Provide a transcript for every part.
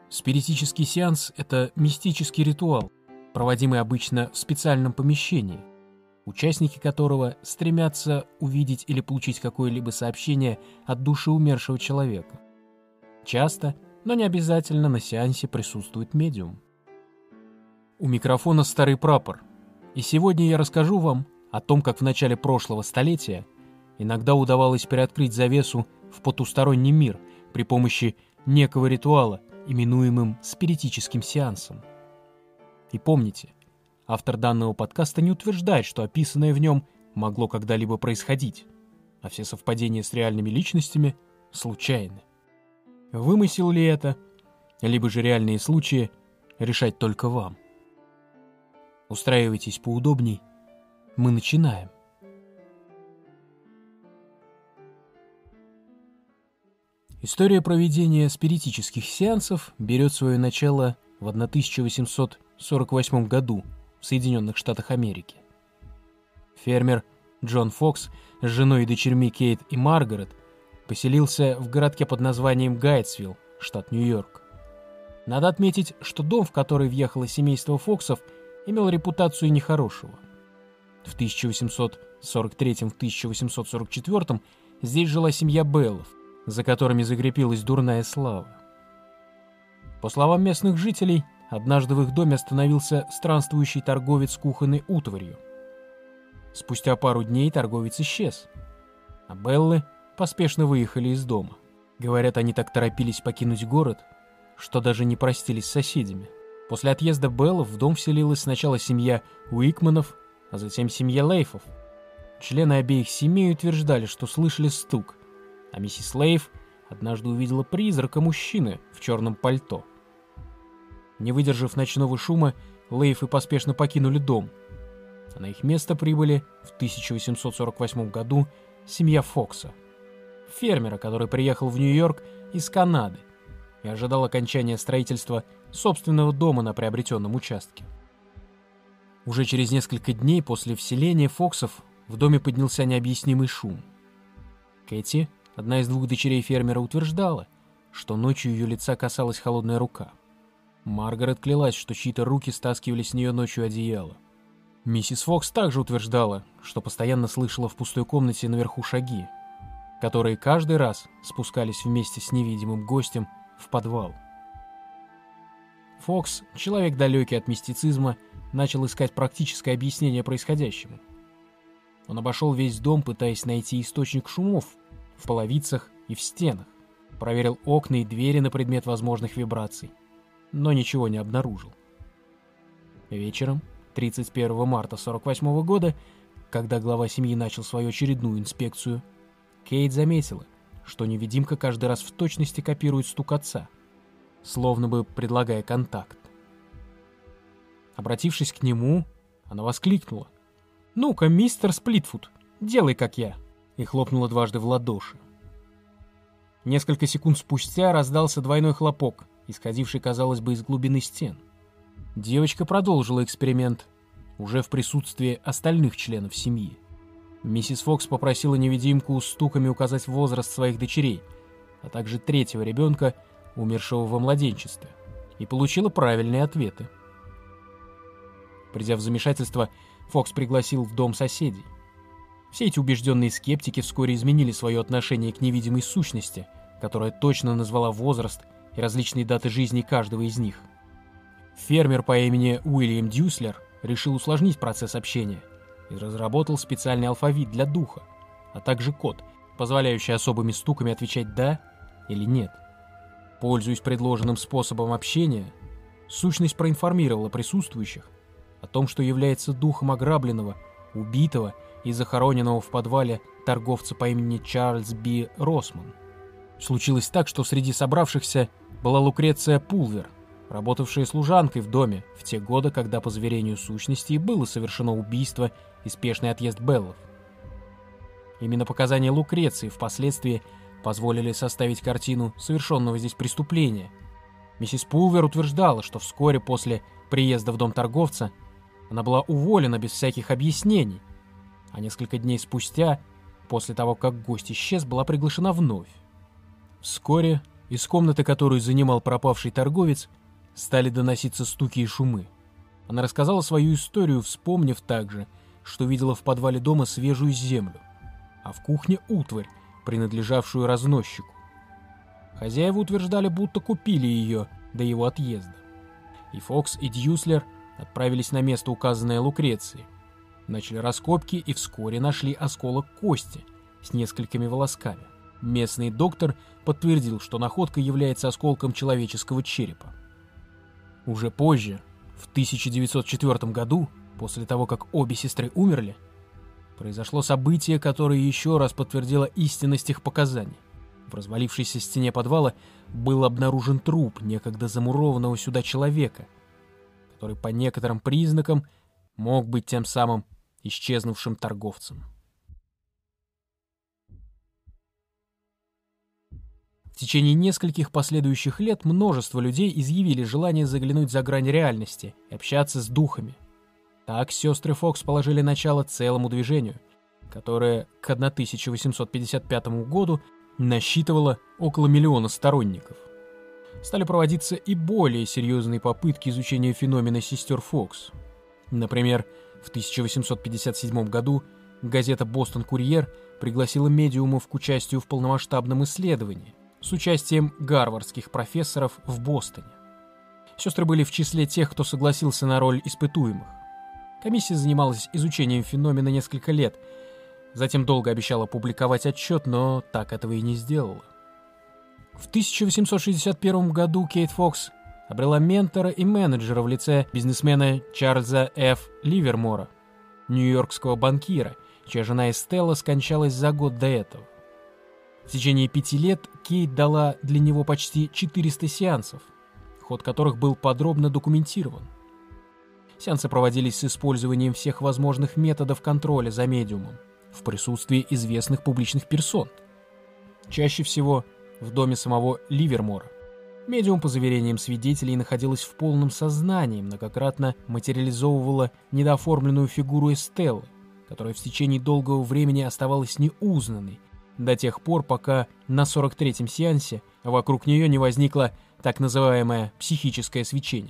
Спиритический сеанс – это мистический ритуал, проводимый обычно в специальном помещении, участники которого стремятся увидеть или получить какое-либо сообщение от души умершего человека. Часто, но не обязательно, на сеансе присутствует медиум. У микрофона старый прапор, и сегодня я расскажу вам о том, как в начале прошлого столетия иногда удавалось приоткрыть завесу в потусторонний мир при помощи некого ритуала, именуемым спиритическим сеансом. И помните, автор данного подкаста не утверждает, что описанное в нем могло когда-либо происходить, а все совпадения с реальными личностями случайны. Вымысел ли это, либо же реальные случаи, решать только вам. Устраивайтесь поудобней, мы начинаем. История проведения спиритических сеансов берет свое начало в 1848 году в Соединенных Штатах Америки. Фермер Джон Фокс с женой и дочерьми Кейт и Маргарет поселился в городке под названием Гайтсвилл, штат Нью-Йорк. Надо отметить, что дом, в который въехало семейство Фоксов, имел репутацию нехорошего. В 1843-1844 здесь жила семья Беллов, за которыми закрепилась дурная слава. По словам местных жителей, однажды в их доме остановился странствующий торговец кухонной утварью. Спустя пару дней торговец исчез, а Беллы поспешно выехали из дома. Говорят, они так торопились покинуть город, что даже не простились с соседями. После отъезда Беллов в дом вселилась сначала семья Уикманов, а затем семья Лейфов. Члены обеих семей утверждали, что слышали стук, а миссис Лейф однажды увидела призрака мужчины в черном пальто. Не выдержав ночного шума, Лейфы поспешно покинули дом, а на их место прибыли в 1848 году семья Фокса, фермера, который приехал в Нью-Йорк из Канады и ожидал окончания строительства собственного дома на приобретенном участке. Уже через несколько дней после вселения Фоксов в доме поднялся необъяснимый шум. Кэти, одна из двух дочерей фермера, утверждала, что ночью ее лица касалась холодная рука. Маргарет клялась, что чьи-то руки стаскивали с нее ночью одеяло. Миссис Фокс также утверждала, что постоянно слышала в пустой комнате наверху шаги, которые каждый раз спускались вместе с невидимым гостем в подвал. Фокс, человек далекий от мистицизма, начал искать практическое объяснение происходящему. Он обошел весь дом, пытаясь найти источник шумов в половицах и в стенах, проверил окна и двери на предмет возможных вибраций, но ничего не обнаружил. Вечером 31 марта 1948 года, когда глава семьи начал свою очередную инспекцию, Кейт заметила, что невидимка каждый раз в точности копирует стук отца, словно бы предлагая контакт. Обратившись к нему, она воскликнула: «Ну-ка, мистер Сплитфут, делай как я!» и хлопнула дважды в ладоши. Несколько секунд спустя раздался двойной хлопок, исходивший, казалось бы, из глубины стен. Девочка продолжила эксперимент, уже в присутствии остальных членов семьи. Миссис Фокс попросила невидимку стуками указать возраст своих дочерей, а также третьего ребенка, умершего во младенчестве, и получила правильные ответы. Придя в замешательство, Фокс пригласил в дом соседей. Все эти убежденные скептики вскоре изменили свое отношение к невидимой сущности, которая точно назвала возраст и различные даты жизни каждого из них. Фермер по имени Уильям Дюслер решил усложнить процесс общения и разработал специальный алфавит для духа, а также код, позволяющий особыми стуками отвечать «да» или «нет». Пользуясь предложенным способом общения, сущность проинформировала присутствующих о том, что является духом ограбленного, убитого и захороненного в подвале торговца по имени Чарльз Б. Росман. Случилось так, что среди собравшихся была Лукреция Пулвер, работавшая служанкой в доме в те годы, когда по заверению сущности было совершено убийство и спешный отъезд Беллов. Именно показания Лукреции впоследствии позволили составить картину совершенного здесь преступления. Миссис Пулвер утверждала, что вскоре после приезда в дом торговца она была уволена без всяких объяснений, а несколько дней спустя, после того, как гость исчез, была приглашена вновь. Вскоре Из комнаты, которую занимал пропавший торговец, стали доноситься стуки и шумы. Она рассказала свою историю, вспомнив также, что видела в подвале дома свежую землю, а в кухне утварь, принадлежавшую разносчику. Хозяева утверждали, будто купили ее до его отъезда. И Фокс, и Дьюслер отправились на место, указанное Лукрецией. Начали раскопки и вскоре нашли осколок кости с несколькими волосками. Местный доктор подтвердил, что находка является осколком человеческого черепа. Уже позже, в 1904 году, после того, как обе сестры умерли, произошло событие, которое еще раз подтвердило истинность их показаний. В развалившейся стене подвала был обнаружен труп некогда замурованного сюда человека, который по некоторым признакам мог быть тем самым исчезнувшим торговцем. В течение нескольких последующих лет множество людей изъявили желание заглянуть за грань реальности и общаться с духами. Так сестры Фокс положили начало целому движению, которое к 1855 году насчитывало около 1 миллиона сторонников. Стали проводиться и более серьезные попытки изучения феномена сестер Фокс. Например, в 1857 году газета «Бостон Курьер» пригласила медиумов к участию в полномасштабном исследовании с участием гарвардских профессоров в Бостоне. Сестры были в числе тех, кто согласился на роль испытуемых. Комиссия занималась изучением феномена несколько лет, затем долго обещала публиковать отчет, но так этого и не сделала. В 1861 году Кейт Фокс обрела ментора и менеджера в лице бизнесмена Чарльза Ф. Ливермора, нью-йоркского банкира, чья жена Эстелла скончалась за год до этого. В течение 5 лет Кейт дала для него почти 400 сеансов, ход которых был подробно документирован. Сеансы проводились с использованием всех возможных методов контроля за медиумом в присутствии известных публичных персон. Чаще всего в доме самого Ливермора. Медиум, по заверениям свидетелей, находилась в полном сознании, многократно материализовывала недооформленную фигуру Эстеллы, которая в течение долгого времени оставалась неузнанной, до тех пор, пока на 43-м сеансе вокруг нее не возникло так называемое психическое свечение.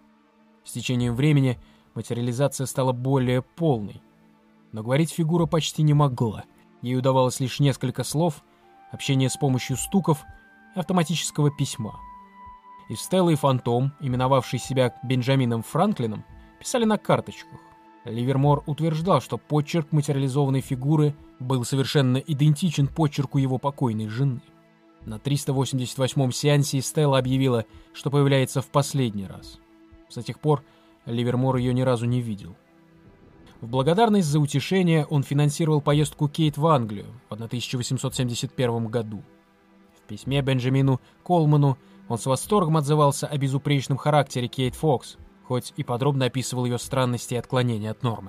С течением времени материализация стала более полной, но говорить фигура почти не могла. Ей удавалось лишь несколько слов, общение с помощью стуков, автоматического письма. Эстелла и фантом, именовавший себя Бенджамином Франклином, писали на карточках. Ливермор утверждал, что почерк материализованной фигуры был совершенно идентичен почерку его покойной жены. На 388-м сеансе Эстелла объявила, что появляется в последний раз. С тех пор Ливермор ее ни разу не видел. В благодарность за утешение он финансировал поездку Кейт в Англию в 1871 году. В письме Бенджамину Колману он с восторгом отзывался о безупречном характере Кейт Фокс, хоть и подробно описывал ее странности и отклонения от нормы.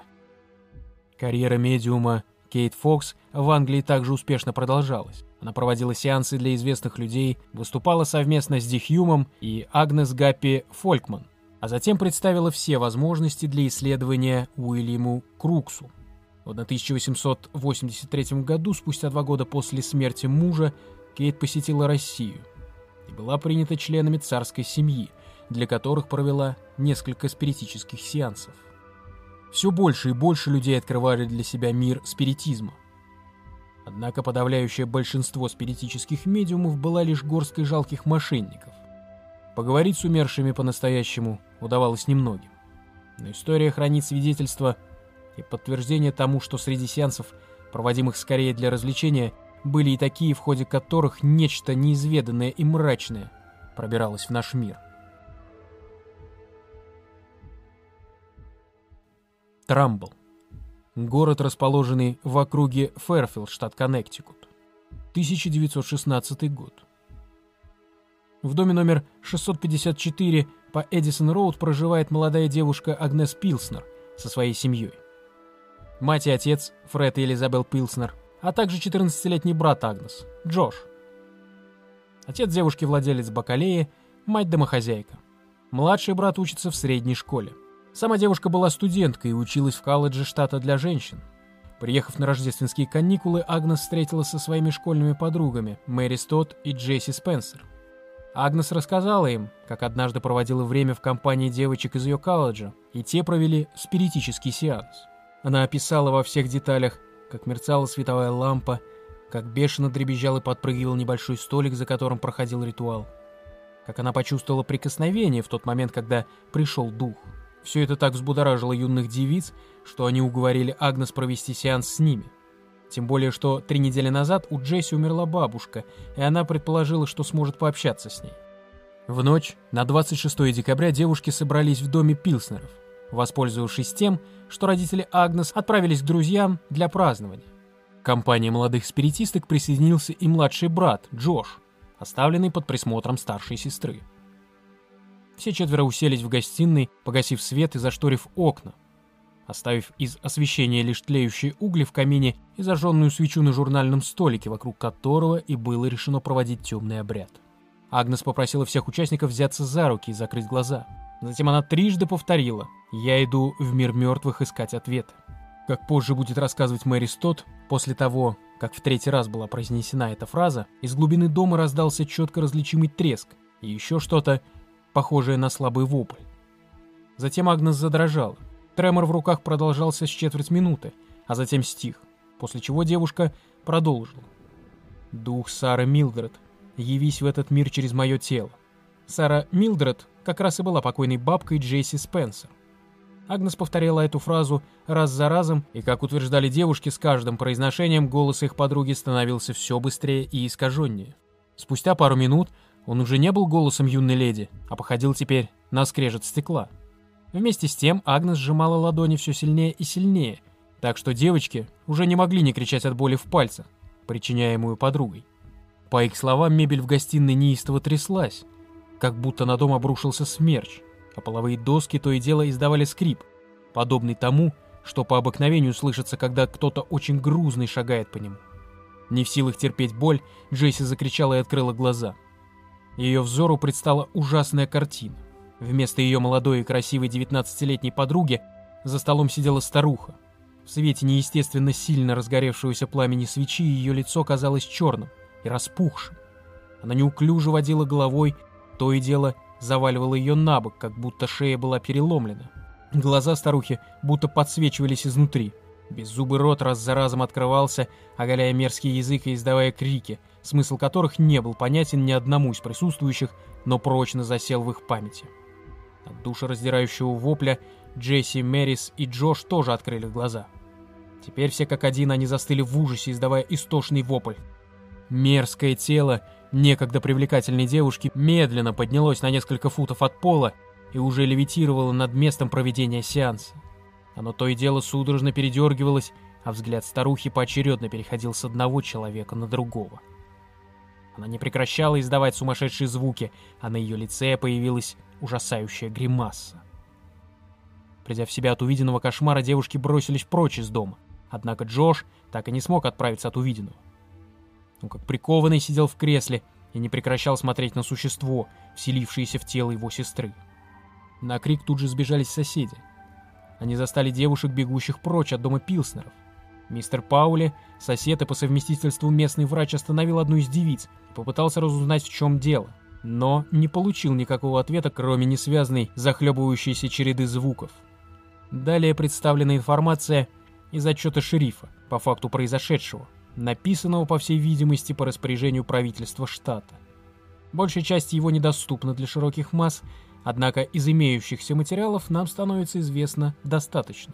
Карьера медиума Кейт Фокс в Англии также успешно продолжалась. Она проводила сеансы для известных людей, выступала совместно с Ди Хьюмом и Агнес Гаппи Фолькман, а затем представила все возможности для исследования Уильяму Круксу. В 1883 году, спустя 2 года после смерти мужа, Кейт посетила Россию и была принята членами царской семьи, для которых провела несколько спиритических сеансов. Все больше и больше людей открывали для себя мир спиритизма. Однако подавляющее большинство спиритических медиумов была лишь горсткой жалких мошенников. Поговорить с умершими по-настоящему удавалось немногим. Но история хранит свидетельства и подтверждение тому, что среди сеансов, проводимых скорее для развлечения, были и такие, в ходе которых нечто неизведанное и мрачное пробиралось в наш мир. Трамбл. Город, расположенный в округе Фэрфилд, штат Коннектикут. 1916 год. В доме номер 654 по Эдисон-Роуд проживает молодая девушка Агнес Пилснер со своей семьей. Мать и отец Фред и Элизабел Пилснер, а также 14-летний брат Агнес, Джош. Отец девушки владелец бакалеи, мать домохозяйка. Младший брат учится в средней школе. Сама девушка была студенткой и училась в колледже штата для женщин. Приехав на рождественские каникулы, Агнес встретилась со своими школьными подругами Мэри Стотт и Джесси Спенсер. Агнес рассказала им, как однажды проводила время в компании девочек из ее колледжа, и те провели спиритический сеанс. Она описала во всех деталях, как мерцала световая лампа, как бешено дребезжал и подпрыгивал небольшой столик, за которым проходил ритуал, как она почувствовала прикосновение в тот момент, когда пришел дух. Все это так взбудоражило юных девиц, что они уговорили Агнес провести сеанс с ними. Тем более, что 3 недели назад у Джесси умерла бабушка, и она предположила, что сможет пообщаться с ней. В ночь на 26 декабря девушки собрались в доме Пилснеров, воспользовавшись тем, что родители Агнес отправились к друзьям для празднования. К компании молодых спиритисток присоединился и младший брат, Джош, оставленный под присмотром старшей сестры. Все 4 уселись в гостиной, погасив свет и зашторив окна, оставив из освещения лишь тлеющие угли в камине и зажженную свечу на журнальном столике, вокруг которого и было решено проводить темный обряд. Агнес попросила всех участников взяться за руки и закрыть глаза. Затем она трижды повторила: «Я иду в мир мертвых искать ответы». Как позже будет рассказывать Мэри Стот, после того, как в 3-й раз была произнесена эта фраза, из глубины дома раздался четко различимый треск и еще что-то, похожее на слабый вопль. Затем Агнес задрожала. Тремор в руках продолжался с четверть минуты, а затем стих, после чего девушка продолжила: «Дух Сары Милдред, явись в этот мир через мое тело». Сара Милдред как раз и была покойной бабкой Джесси Спенсер. Агнес повторяла эту фразу раз за разом, и, как утверждали девушки, с каждым произношением голос их подруги становился все быстрее и искаженнее. Спустя пару минут он уже не был голосом юной леди, а походил теперь на скрежет стекла. Вместе с тем Агнес сжимала ладони все сильнее и сильнее, так что девочки уже не могли не кричать от боли в пальцах, причиняемую подругой. По их словам, мебель в гостиной неистово тряслась, как будто на дом обрушился смерч, а половые доски то и дело издавали скрип, подобный тому, что по обыкновению слышится, когда кто-то очень грузный шагает по нему. Не в силах терпеть боль, Джесси закричала и открыла глаза. Ее взору предстала ужасная картина. Вместо ее молодой и красивой 19-летней подруги за столом сидела старуха. В свете неестественно сильно разгоревшегося пламени свечи ее лицо казалось черным и распухшим. Она неуклюже водила головой, то и дело заваливала ее на бок, как будто шея была переломлена. Глаза старухи будто подсвечивались изнутри. Беззубый рот раз за разом открывался, оголяя мерзкий язык и издавая крики, смысл которых не был понятен ни одному из присутствующих, но прочно засел в их памяти. От душераздирающего вопля Джесси, Мэрис и Джош тоже открыли глаза. Теперь все как один они застыли в ужасе, издавая истошный вопль. Мерзкое тело некогда привлекательной девушки медленно поднялось на несколько футов от пола и уже левитировало над местом проведения сеанса. Оно то и дело судорожно передергивалось, а взгляд старухи поочередно переходил с одного человека на другого. Она не прекращала издавать сумасшедшие звуки, а на ее лице появилась ужасающая гримаса. Придя в себя от увиденного кошмара, девушки бросились прочь из дома, однако Джош так и не смог отправиться от увиденного. Он как прикованный сидел в кресле и не прекращал смотреть на существо, вселившееся в тело его сестры. На крик тут же сбежались соседи. Они застали девушек, бегущих прочь от дома Пилснеров. Мистер Паули, сосед и по совместительству местный врач, остановил одну из девиц и попытался разузнать, в чем дело, но не получил никакого ответа, кроме несвязной, захлебывающейся череды звуков. Далее представлена информация из отчета шерифа по факту произошедшего, написанного, по всей видимости, по распоряжению правительства штата. Большая часть его недоступна для широких масс, однако из имеющихся материалов нам становится известно достаточно.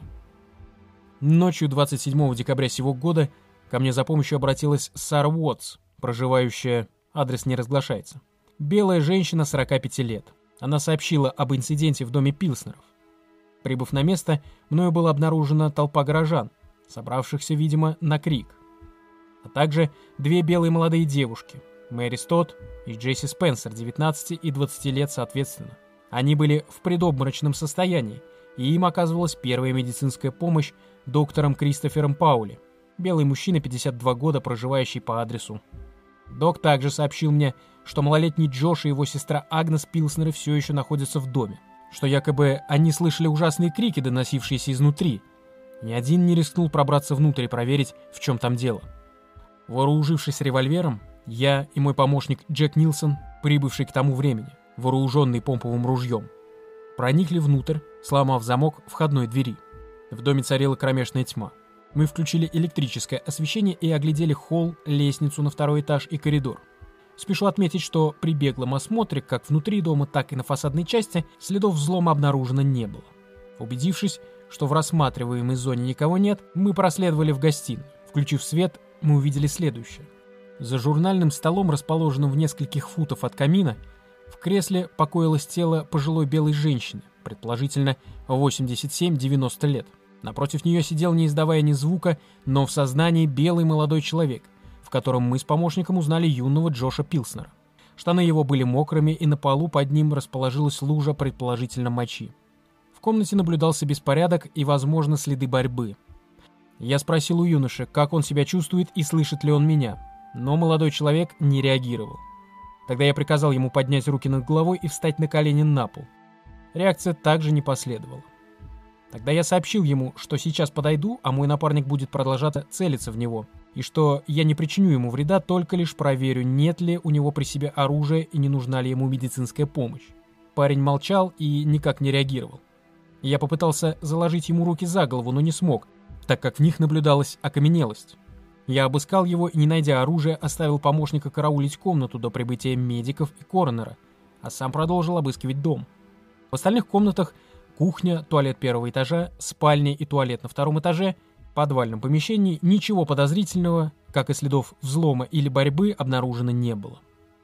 Ночью 27 декабря сего года ко мне за помощью обратилась Сара Уотс, проживающая, адрес не разглашается. Белая женщина 45 лет. Она сообщила об инциденте в доме Пилснеров. Прибыв на место, мною была обнаружена толпа горожан, собравшихся, видимо, на крик. А также 2 белые молодые девушки, Мэри Стот и Джесси Спенсер, 19 и 20 лет соответственно. Они были в предобморочном состоянии, и им оказывалась первая медицинская помощь доктором Кристофером Паули, белый мужчина 52 года, проживающий по адресу. Док также сообщил мне, что малолетний Джош и его сестра Агнес Пилснеры все еще находятся в доме, что якобы они слышали ужасные крики, доносившиеся изнутри. Ни один не рискнул пробраться внутрь и проверить, в чем там дело. Вооружившись револьвером, я и мой помощник Джек Нилсон прибывший к тому времени, вооруженный помповым ружьем. Проникли внутрь, сломав замок входной двери. В доме царила кромешная тьма. Мы включили электрическое освещение и оглядели холл, лестницу на второй этаж и коридор. Спешу отметить, что при беглом осмотре, как внутри дома, так и на фасадной части, следов взлома обнаружено не было. Убедившись, что в рассматриваемой зоне никого нет, мы проследовали в гостиную. Включив свет, мы увидели следующее. За журнальным столом, расположенным в нескольких футов от камина, в кресле покоилось тело пожилой белой женщины, предположительно 87-90 лет. Напротив нее сидел, не издавая ни звука, но в сознании белый молодой человек, в котором мы с помощником узнали юного Джоша Пилснера. Штаны его были мокрыми, и на полу под ним расположилась лужа, предположительно мочи. В комнате наблюдался беспорядок и, возможно, следы борьбы. Я спросил у юноши, как он себя чувствует и слышит ли он меня, но молодой человек не реагировал. Тогда я приказал ему поднять руки над головой и встать на колени на пол. Реакция также не последовала. Тогда я сообщил ему, что сейчас подойду, а мой напарник будет продолжать целиться в него, и что я не причиню ему вреда, только лишь проверю, нет ли у него при себе оружия и не нужна ли ему медицинская помощь. Парень молчал и никак не реагировал. Я попытался заложить ему руки за голову, но не смог, так как в них наблюдалась окаменелость. Я обыскал его и, не найдя оружия, оставил помощника караулить комнату до прибытия медиков и коронера, а сам продолжил обыскивать дом. В остальных комнатах кухня, туалет первого этажа, спальня и туалет на втором этаже, в подвальном помещении ничего подозрительного, как и следов взлома или борьбы, обнаружено не было.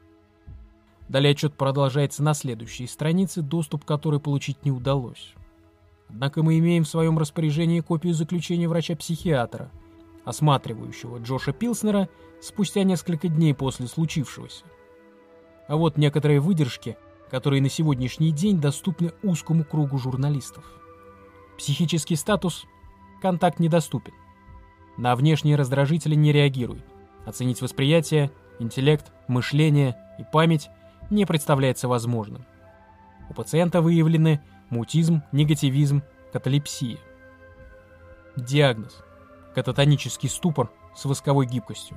Далее отчет продолжается на следующей странице, доступ к которой получить не удалось. Однако мы имеем в своем распоряжении копию заключения врача-психиатра, осматривающего Джоша Пилснера спустя несколько дней после случившегося. А вот некоторые выдержки, которые на сегодняшний день доступны узкому кругу журналистов. Психический статус – контакт недоступен. На внешние раздражители не реагирует. Оценить восприятие, интеллект, мышление и память не представляется возможным. У пациента выявлены мутизм, негативизм, каталепсия. Диагноз – кататонический ступор с восковой гибкостью.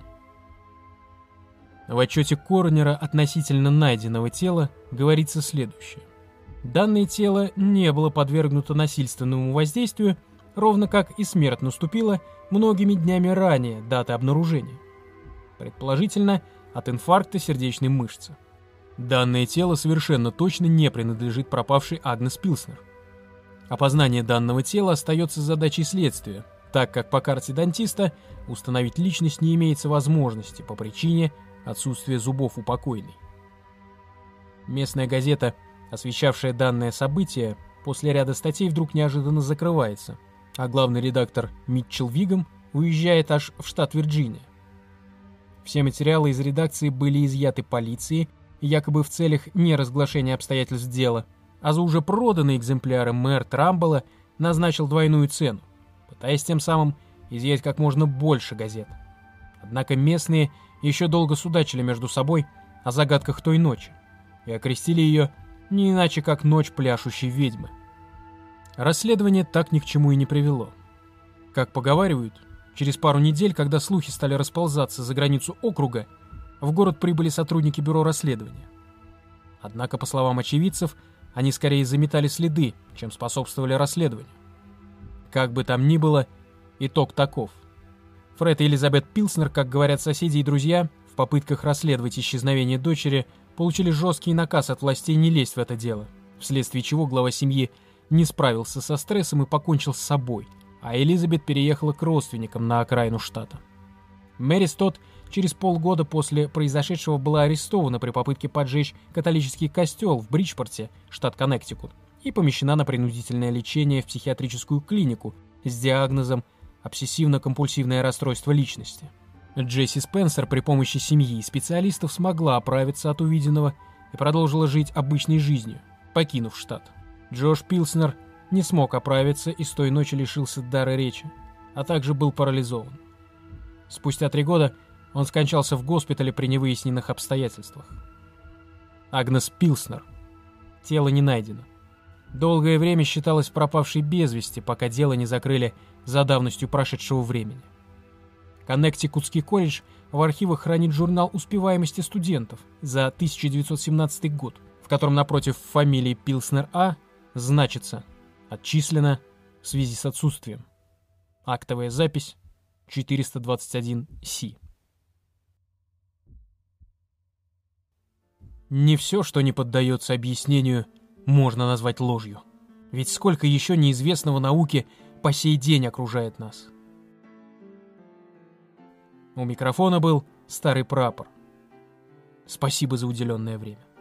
В отчете коронера относительно найденного тела говорится следующее. Данное тело не было подвергнуто насильственному воздействию, ровно как и смерть наступила многими днями ранее даты обнаружения. Предположительно, от инфаркта сердечной мышцы. Данное тело совершенно точно не принадлежит пропавшей Агнес Пилснер. Опознание данного тела остается задачей следствия, так как по карте дантиста установить личность не имеется возможности по причине отсутствия зубов у покойной. Местная газета, освещавшая данное событие, после ряда статей вдруг неожиданно закрывается, а главный редактор Митчелл Виггам уезжает аж в штат Вирджиния. Все материалы из редакции были изъяты полицией, якобы в целях неразглашения обстоятельств дела, а за уже проданные экземпляры мэр Трамбола назначил двойную цену, пытаясь тем самым изъять как можно больше газет. Однако местные еще долго судачили между собой о загадках той ночи и окрестили ее не иначе, как «Ночь пляшущей ведьмы». Расследование так ни к чему и не привело. Как поговаривают, через пару недель, когда слухи стали расползаться за границу округа, в город прибыли сотрудники бюро расследования. Однако, по словам очевидцев, они скорее заметали следы, чем способствовали расследованию. Как бы там ни было, итог таков. Фред и Элизабет Пилснер, как говорят соседи и друзья, в попытках расследовать исчезновение дочери, получили жесткий наказ от властей не лезть в это дело, вследствие чего глава семьи не справился со стрессом и покончил с собой, а Элизабет переехала к родственникам на окраину штата. Мэри Стотт через полгода после произошедшего была арестована при попытке поджечь католический костел в Бриджпорте, штат Коннектикут, и помещена на принудительное лечение в психиатрическую клинику с диагнозом обсессивно-компульсивное расстройство личности. Джесси Спенсер при помощи семьи и специалистов смогла оправиться от увиденного и продолжила жить обычной жизнью, покинув штат. Джош Пилснер не смог оправиться и с той ночи лишился дара речи, а также был парализован. Спустя 3 года он скончался в госпитале при невыясненных обстоятельствах. Агнес Пилснер. Тело не найдено. Долгое время считалось пропавшей без вести, пока дело не закрыли за давностью прошедшего времени. Коннектикутский колледж в архивах хранит журнал успеваемости студентов за 1917 год, в котором напротив фамилии Пилснер А. значится «Отчислено в связи с отсутствием». Актовая запись 421-Си. Не все, что не поддается объяснению, можно назвать ложью. Ведь сколько еще неизвестного науке по сей день окружает нас. У микрофона был Старый Прапор. Спасибо за уделенное время.